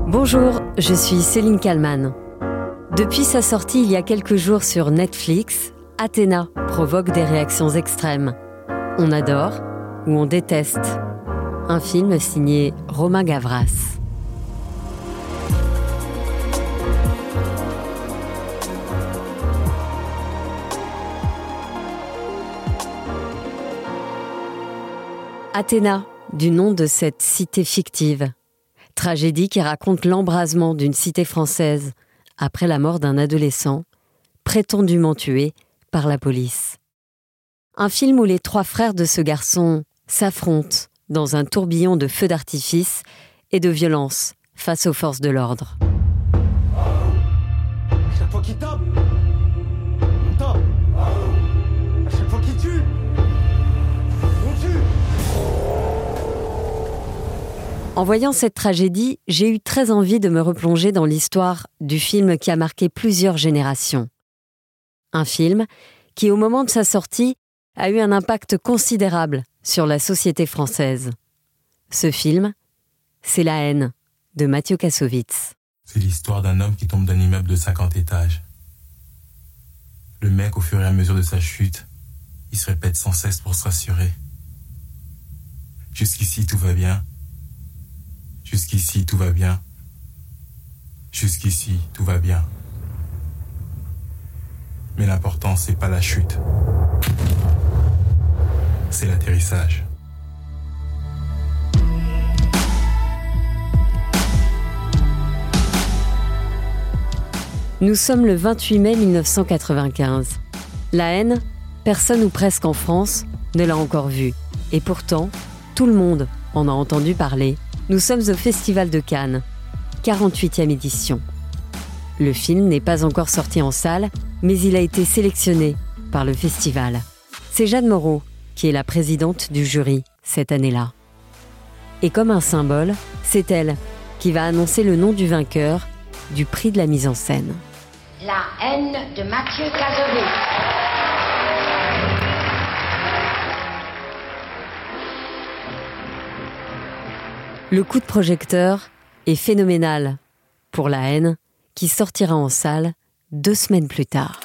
Bonjour, je suis Céline Kallmann. Depuis sa sortie il y a quelques jours sur Netflix, Athéna provoque des réactions extrêmes. On adore ou on déteste. Un film signé Romain Gavras. Athéna, du nom de cette cité fictive. Tragédie qui raconte l'embrasement d'une cité française après la mort d'un adolescent, prétendument tué par la police. Un film où les trois frères de ce garçon s'affrontent dans un tourbillon de feux d'artifice et de violence face aux forces de l'ordre. Chaque fois qu'il tape, on tape. À chaque fois qu'il tue, on tue. En voyant cette tragédie, j'ai eu très envie de me replonger dans l'histoire du film qui a marqué plusieurs générations. Un film qui, au moment de sa sortie, a eu un impact considérable sur la société française. Ce film, c'est La haine, de Mathieu Kassovitz. C'est l'histoire d'un homme qui tombe d'un immeuble de 50 étages. Le mec, au fur et à mesure de sa chute, il se répète sans cesse pour se rassurer. Jusqu'ici, tout va bien. Jusqu'ici, tout va bien. Jusqu'ici, tout va bien. Mais l'important, c'est pas la chute. C'est l'atterrissage. Nous sommes le 28 mai 1995. La haine, personne ou presque en France ne l'a encore vue. Et pourtant, tout le monde en a entendu parler. Nous sommes au Festival de Cannes, 48e édition. Le film n'est pas encore sorti en salle, mais il a été sélectionné par le festival. C'est Jeanne Moreau qui est la présidente du jury cette année-là. Et comme un symbole, c'est elle qui va annoncer le nom du vainqueur du prix de la mise en scène. La haine de Mathieu Kassovitz. Le coup de projecteur est phénoménal pour La haine, qui sortira en salle 2 semaines plus tard.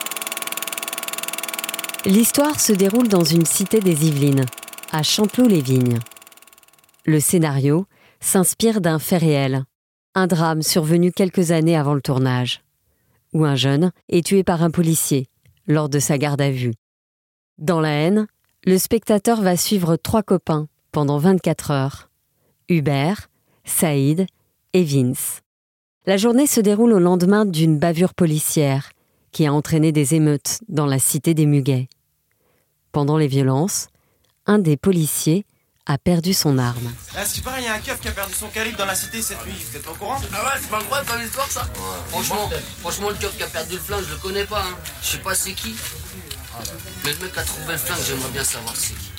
L'histoire se déroule dans une cité des Yvelines, à Chanteloup-les-Vignes. Le scénario s'inspire d'un fait réel, un drame survenu quelques années avant le tournage, où un jeune est tué par un policier lors de sa garde à vue. Dans La haine, le spectateur va suivre 3 copains pendant 24 heures. Hubert, Saïd et Vince. La journée se déroule au lendemain d'une bavure policière qui a entraîné des émeutes dans la cité des Muguets. Pendant les violences, un des policiers a perdu son arme. Ah, c'est pareil, il y a un keuf qui a perdu son calibre dans la cité cette nuit, vous êtes au courant? Ah ouais, c'est pas incroyable comme histoire ça. Franchement, le keuf qui a perdu le flingue, je le connais pas, hein. Je sais pas c'est qui. Mais le mec qui a trouvé le flingue, j'aimerais bien savoir c'est qui.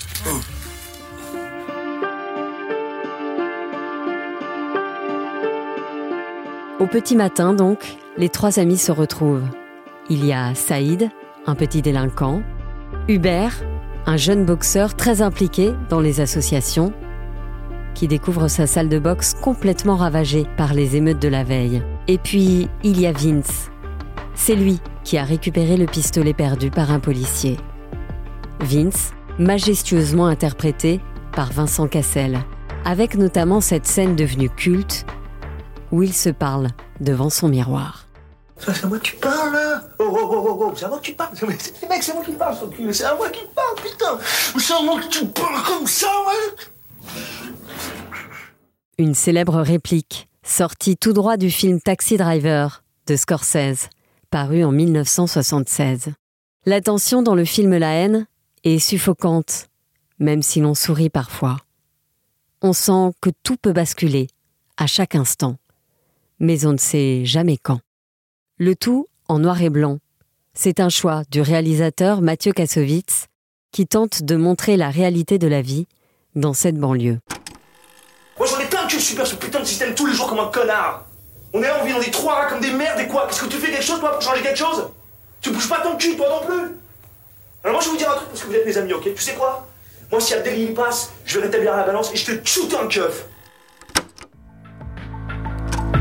Au petit matin, donc, les 3 amis se retrouvent. Il y a Saïd, un petit délinquant, Hubert, un jeune boxeur très impliqué dans les associations, qui découvre sa salle de boxe complètement ravagée par les émeutes de la veille. Et puis, il y a Vince. C'est lui qui a récupéré le pistolet perdu par un policier. Vince, majestueusement interprété par Vincent Cassel, avec notamment cette scène devenue culte où il se parle devant son miroir. C'est à moi que tu parles, là. Oh, c'est à moi que tu parles. Mec, c'est à moi qui parle, c'est à moi qui parle, putain. C'est à moi que tu parles comme ça, ouais. Une célèbre réplique, sortie tout droit du film Taxi Driver de Scorsese, paru en 1976. La tension dans le film La haine est suffocante, même si l'on sourit parfois. On sent que tout peut basculer, à chaque instant. Mais on ne sait jamais quand. Le tout en noir et blanc. C'est un choix du réalisateur Mathieu Kassovitz qui tente de montrer la réalité de la vie dans cette banlieue. Moi j'en ai plein de cul, je subis ce putain de système tous les jours comme un connard. On est là, on vit dans des trous à rats comme des merdes et quoi? Qu'est-ce que tu fais quelque chose toi pour changer quelque chose? Tu bouges pas ton cul toi non plus. Alors moi je vais vous dire un truc parce que vous êtes mes amis, ok? Tu sais quoi? Moi si Abdelli il passe, je vais rétablir la balance et je te shoot un keuf.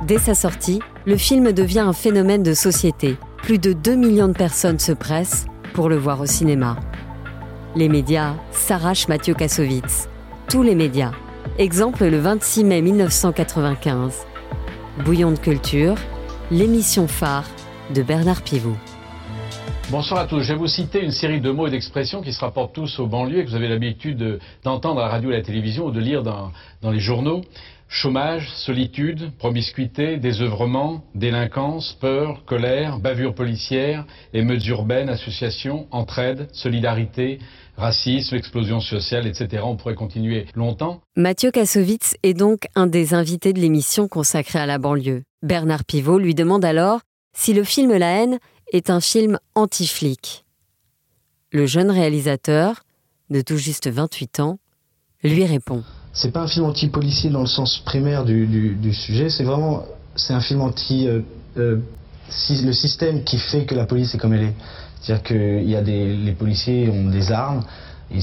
Dès sa sortie, le film devient un phénomène de société. Plus de 2 millions de personnes se pressent pour le voir au cinéma. Les médias s'arrachent Mathieu Kassovitz. Tous les médias. Exemple le 26 mai 1995. Bouillon de culture, l'émission phare de Bernard Pivot. Bonsoir à tous. Je vais vous citer une série de mots et d'expressions qui se rapportent tous aux banlieues et que vous avez l'habitude d'entendre à la radio et à la télévision ou de lire dans les journaux. Chômage, solitude, promiscuité, désœuvrement, délinquance, peur, colère, bavure policière, émeutes urbaines, associations, entraide, solidarité, racisme, explosion sociale, etc. On pourrait continuer longtemps. Mathieu Kassovitz est donc un des invités de l'émission consacrée à la banlieue. Bernard Pivot lui demande alors si le film La haine est un film anti-flic. Le jeune réalisateur, de tout juste 28 ans, lui répond. C'est pas un film anti-policier dans le sens primaire du sujet, c'est un film anti le système qui fait que la police est comme elle est. C'est-à-dire que les policiers ont des armes, ils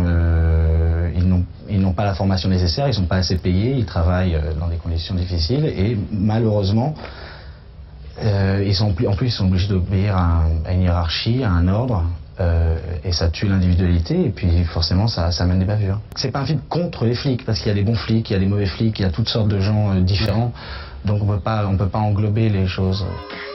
n'ont pas la formation nécessaire, ils sont pas assez payés, ils travaillent dans des conditions difficiles et malheureusement ils sont obligés d'obéir à une hiérarchie, à un ordre. Et ça tue l'individualité et puis forcément ça amène des bavures. C'est pas un film contre les flics parce qu'il y a des bons flics, il y a des mauvais flics, il y a toutes sortes de gens différents, donc on peut pas englober les choses.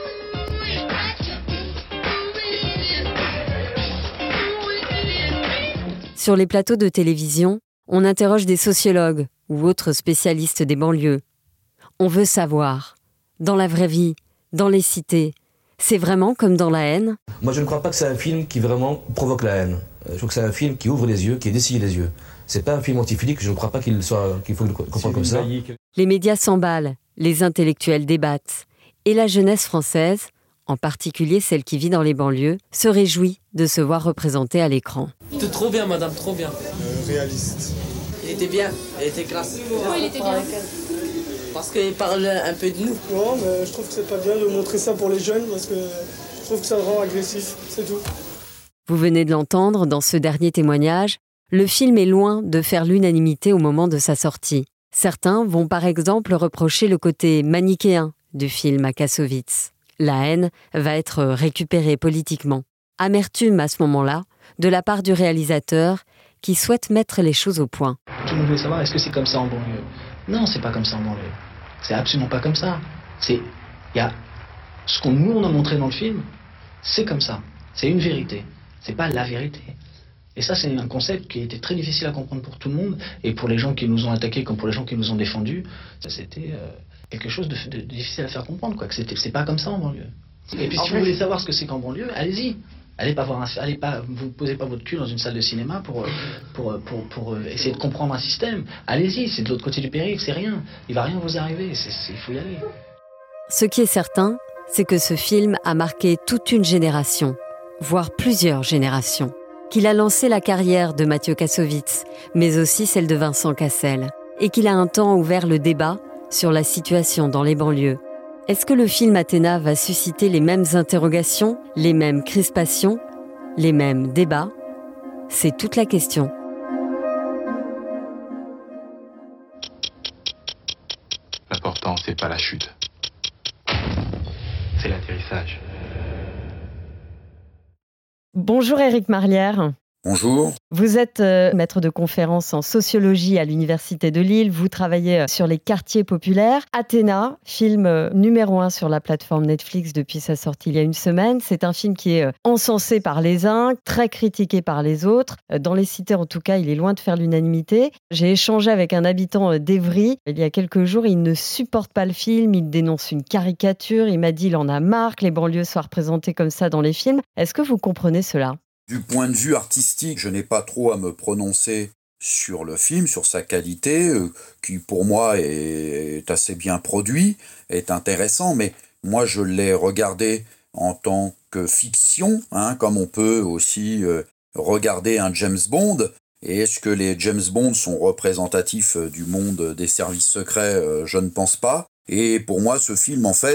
Sur les plateaux de télévision, on interroge des sociologues ou autres spécialistes des banlieues. On veut savoir, dans la vraie vie, dans les cités, c'est vraiment comme dans La haine ? Moi, je ne crois pas que c'est un film qui vraiment provoque la haine. Je trouve que c'est un film qui ouvre les yeux, qui dessille les yeux. C'est pas un film anti-flic, je ne crois pas qu'il faut le comprendre comme ça. Les médias s'emballent, les intellectuels débattent. Et la jeunesse française, en particulier celle qui vit dans les banlieues, se réjouit de se voir représentée à l'écran. C'était trop bien, madame, trop bien. Réaliste. Il était bien, il était classe. Pourquoi il était bien ? Parce qu'il parle un peu de nous. Non, mais je trouve que c'est pas bien de montrer ça pour les jeunes parce que je trouve que ça le rend agressif, c'est tout. Vous venez de l'entendre dans ce dernier témoignage, le film est loin de faire l'unanimité au moment de sa sortie. Certains vont par exemple reprocher le côté manichéen du film à Kassovitz. La haine va être récupérée politiquement. Amertume à ce moment-là, de la part du réalisateur qui souhaite mettre les choses au point. Tout le monde veut savoir, est-ce que c'est comme ça en banlieue ? Non, c'est pas comme ça en banlieue. C'est absolument pas comme ça. Ce qu'on nous a montré dans le film, c'est comme ça. C'est une vérité. C'est pas la vérité. Et ça, c'est un concept qui était très difficile à comprendre pour tout le monde, et pour les gens qui nous ont attaqués comme pour les gens qui nous ont défendus, c'était quelque chose de difficile à faire comprendre, quoi. Que c'est pas comme ça en banlieue. Et puis si vous voulez savoir ce que c'est qu'en banlieue, allez-y. Vous posez pas votre cul dans une salle de cinéma pour essayer de comprendre un système. Allez-y, c'est de l'autre côté du périph', c'est rien. Il va rien vous arriver, il faut y aller. Ce qui est certain, c'est que ce film a marqué toute une génération, voire plusieurs générations, qu'il a lancé la carrière de Mathieu Kassovitz, mais aussi celle de Vincent Cassel, et qu'il a un temps ouvert le débat sur la situation dans les banlieues. Est-ce que le film Athéna va susciter les mêmes interrogations, les mêmes crispations, les mêmes débats ? C'est toute la question. L'important, c'est pas la chute. C'est l'atterrissage. Bonjour Éric Marlière. Bonjour. Vous êtes maître de conférences en sociologie à l'Université de Lille. Vous travaillez sur les quartiers populaires. Athéna, film numéro 1 sur la plateforme Netflix depuis sa sortie il y a une semaine. C'est un film qui est encensé par les uns, très critiqué par les autres. Dans les cités, en tout cas, il est loin de faire l'unanimité. J'ai échangé avec un habitant d'Évry il y a quelques jours. Il ne supporte pas le film. Il dénonce une caricature. Il m'a dit qu'il en a marre que les banlieues soient représentées comme ça dans les films. Est-ce que vous comprenez cela ? Du point de vue artistique, je n'ai pas trop à me prononcer sur le film, sur sa qualité, qui pour moi est assez bien produit, est intéressant, mais moi je l'ai regardé en tant que fiction, comme on peut aussi regarder un James Bond. Et est-ce que les James Bond sont représentatifs du monde des services secrets ? Je ne pense pas. Et pour moi, ce film, en fait,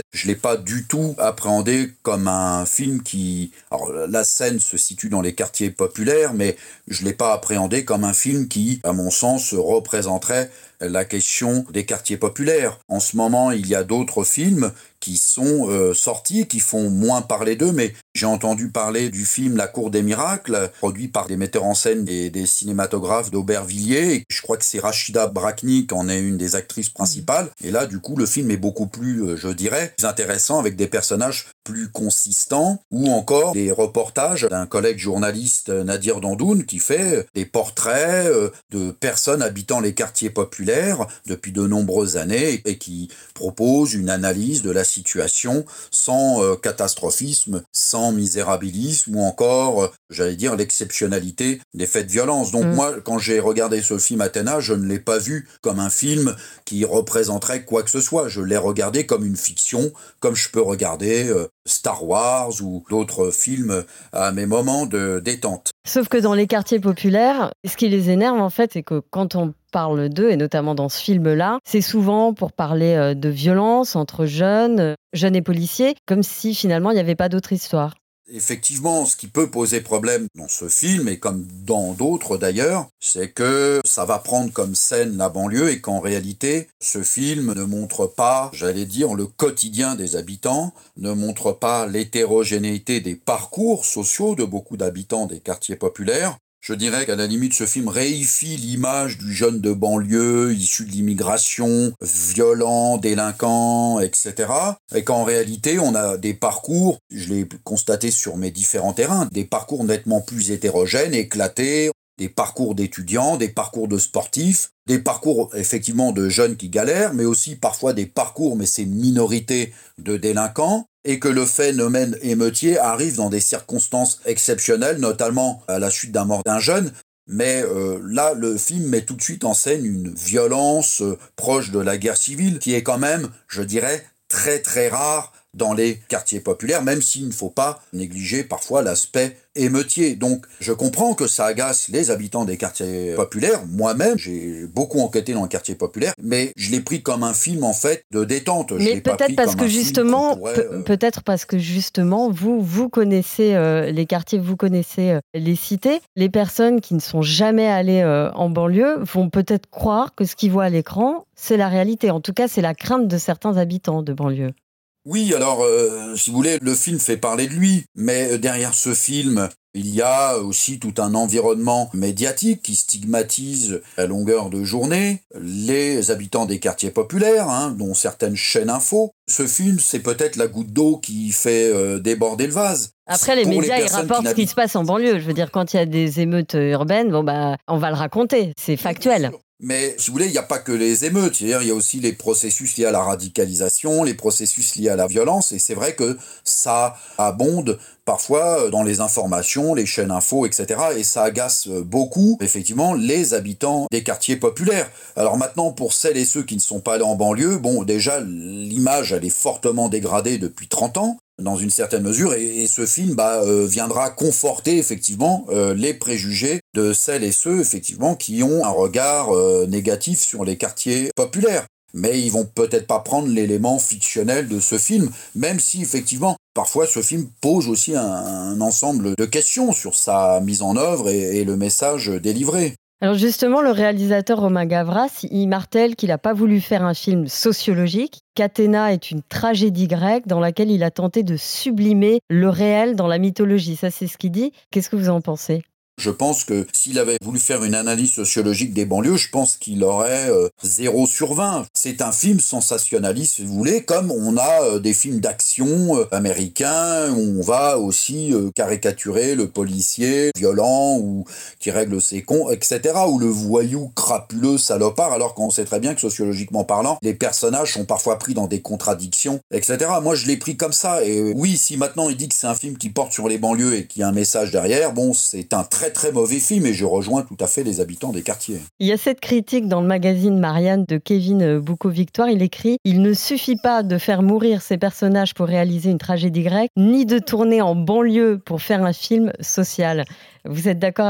je l'ai pas du tout appréhendé comme un film qui... Alors, la scène se situe dans les quartiers populaires, mais je l'ai pas appréhendé comme un film qui, à mon sens, représenterait la question des quartiers populaires. En ce moment, il y a d'autres films qui sont sortis, qui font moins parler d'eux, mais j'ai entendu parler du film La Cour des Miracles, produit par des metteurs en scène et des cinématographes d'Aubervilliers, et je crois que c'est Rachida Brakni qui en est une des actrices principales, et là, du coup, le film est beaucoup plus, je dirais, intéressant, avec des personnages plus consistants, ou encore des reportages d'un collègue journaliste, Nadir Dandoun, qui fait des portraits de personnes habitant les quartiers populaires depuis de nombreuses années, et qui propose une analyse de la situation sans catastrophisme, sans misérabilisme, ou encore, j'allais dire, l'exceptionnalité des faits de violence. Donc moi, quand j'ai regardé ce film Athéna, je ne l'ai pas vu comme un film qui représenterait quoi que ce soit. Je l'ai regardé comme une fiction, comme je peux regarder Star Wars ou d'autres films à mes moments de détente. Sauf que dans les quartiers populaires, ce qui les énerve en fait, c'est que quand on parle d'eux, et notamment dans ce film-là, c'est souvent pour parler de violence entre jeunes et policiers, comme si finalement il n'y avait pas d'autre histoire. Effectivement, ce qui peut poser problème dans ce film, et comme dans d'autres d'ailleurs, c'est que ça va prendre comme scène la banlieue, et qu'en réalité, ce film ne montre pas, j'allais dire, le quotidien des habitants, ne montre pas l'hétérogénéité des parcours sociaux de beaucoup d'habitants des quartiers populaires. Je dirais qu'à la limite, ce film réifie l'image du jeune de banlieue, issu de l'immigration, violent, délinquant, etc. Et qu'en réalité, on a des parcours, je l'ai constaté sur mes différents terrains, des parcours nettement plus hétérogènes, éclatés, des parcours d'étudiants, des parcours de sportifs, des parcours effectivement de jeunes qui galèrent, mais aussi parfois des parcours, mais c'est une minorité de délinquants, et que le phénomène émeutier arrive dans des circonstances exceptionnelles, notamment à la suite d'un mort d'un jeune. Mais là, le film met tout de suite en scène une violence proche de la guerre civile, qui est quand même, je dirais, très très rare dans les quartiers populaires, même s'il ne faut pas négliger parfois l'aspect émeutier. Donc, je comprends que ça agace les habitants des quartiers populaires. Moi-même, j'ai beaucoup enquêté dans le quartier populaire, mais je l'ai pris comme un film, en fait, de détente. Mais peut-être parce que justement, peut-être parce que justement, vous connaissez les quartiers, vous connaissez les cités. Les personnes qui ne sont jamais allées en banlieue vont peut-être croire que ce qu'ils voient à l'écran, c'est la réalité. En tout cas, c'est la crainte de certains habitants de banlieue. Oui, alors, si vous voulez, le film fait parler de lui, mais derrière ce film, il y a aussi tout un environnement médiatique qui stigmatise à longueur de journée les habitants des quartiers populaires, dont certaines chaînes info. Ce film, c'est peut-être la goutte d'eau qui fait déborder le vase. Après, les médias, ils rapportent ce qui se passe en banlieue. Je veux dire, quand il y a des émeutes urbaines, on va le raconter, c'est factuel. Mais si vous voulez, il n'y a pas que les émeutes, c'est-à-dire il y a aussi les processus liés à la radicalisation, les processus liés à la violence, et c'est vrai que ça abonde parfois dans les informations, les chaînes info, etc. Et ça agace beaucoup, effectivement, les habitants des quartiers populaires. Alors maintenant, pour celles et ceux qui ne sont pas allés en banlieue, bon, déjà, l'image, elle est fortement dégradée depuis 30 ans. Dans une certaine mesure, et ce film viendra conforter effectivement les préjugés de celles et ceux effectivement qui ont un regard négatif sur les quartiers populaires. Mais ils vont peut-être pas prendre l'élément fictionnel de ce film, même si effectivement parfois ce film pose aussi un ensemble de questions sur sa mise en œuvre et le message délivré. Alors justement, le réalisateur Romain Gavras, il martèle qu'il n'a pas voulu faire un film sociologique, qu'Athéna est une tragédie grecque dans laquelle il a tenté de sublimer le réel dans la mythologie. Ça, c'est ce qu'il dit. Qu'est-ce que vous en pensez ? Je pense que s'il avait voulu faire une analyse sociologique des banlieues, je pense qu'il aurait 0 sur 20. C'est un film sensationnaliste, si vous voulez, comme on a des films d'action américains où on va aussi caricaturer le policier violent ou qui règle ses comptes, etc. Ou le voyou crapuleux salopard, alors qu'on sait très bien que sociologiquement parlant, les personnages sont parfois pris dans des contradictions, etc. Moi, je l'ai pris comme ça. Et oui, si maintenant il dit que c'est un film qui porte sur les banlieues et qu'il y a un message derrière, bon, c'est un très mauvais film, et je rejoins tout à fait les habitants des quartiers. Il y a cette critique dans le magazine Marianne de Kevin Boucault-Victoire. Il écrit « Il ne suffit pas de faire mourir ces personnages pour réaliser une tragédie grecque, ni de tourner en banlieue pour faire un film social ». Vous êtes d'accord avec ça ?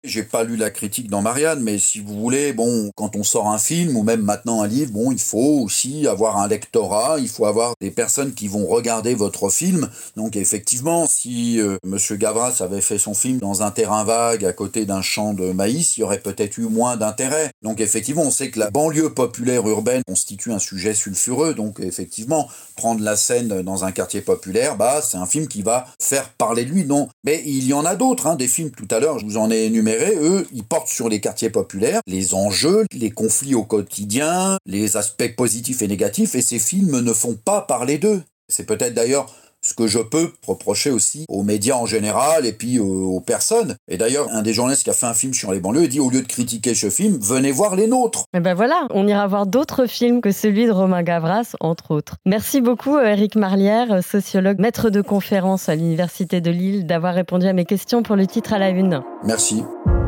J'ai pas lu la critique dans Marianne, mais si vous voulez, bon, quand on sort un film ou même maintenant un livre, bon, il faut aussi avoir un lectorat, il faut avoir des personnes qui vont regarder votre film. Donc effectivement, si Monsieur Gavras avait fait son film dans un terrain vague à côté d'un champ de maïs, il y aurait peut-être eu moins d'intérêt. Donc effectivement, on sait que la banlieue populaire urbaine constitue un sujet sulfureux. Donc effectivement, prendre la scène dans un quartier populaire, c'est un film qui va faire parler de lui. Non, mais il y en a d'autres, hein, des films tout à l'heure, je vous en ai énuméré. Eux, ils portent sur les quartiers populaires, les enjeux, les conflits au quotidien, les aspects positifs et négatifs, et ces films ne font pas parler d'eux. C'est peut-être d'ailleurs ce que je peux reprocher aussi aux médias en général et puis aux personnes. Et d'ailleurs, un des journalistes qui a fait un film sur les banlieues dit, au lieu de critiquer ce film, venez voir les nôtres. Et ben voilà, on ira voir d'autres films que celui de Romain Gavras, entre autres. Merci beaucoup Éric Marlière, sociologue, maître de conférence à l'Université de Lille, d'avoir répondu à mes questions pour le titre à la une. Merci.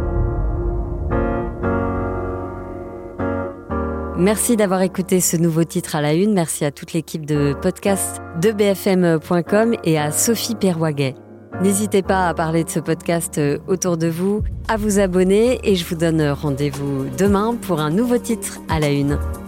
Merci d'avoir écouté ce nouveau titre à la une. Merci à toute l'équipe de podcast de bfm.com et à Sophie Perwaguet. N'hésitez pas à parler de ce podcast autour de vous, à vous abonner et je vous donne rendez-vous demain pour un nouveau titre à la une.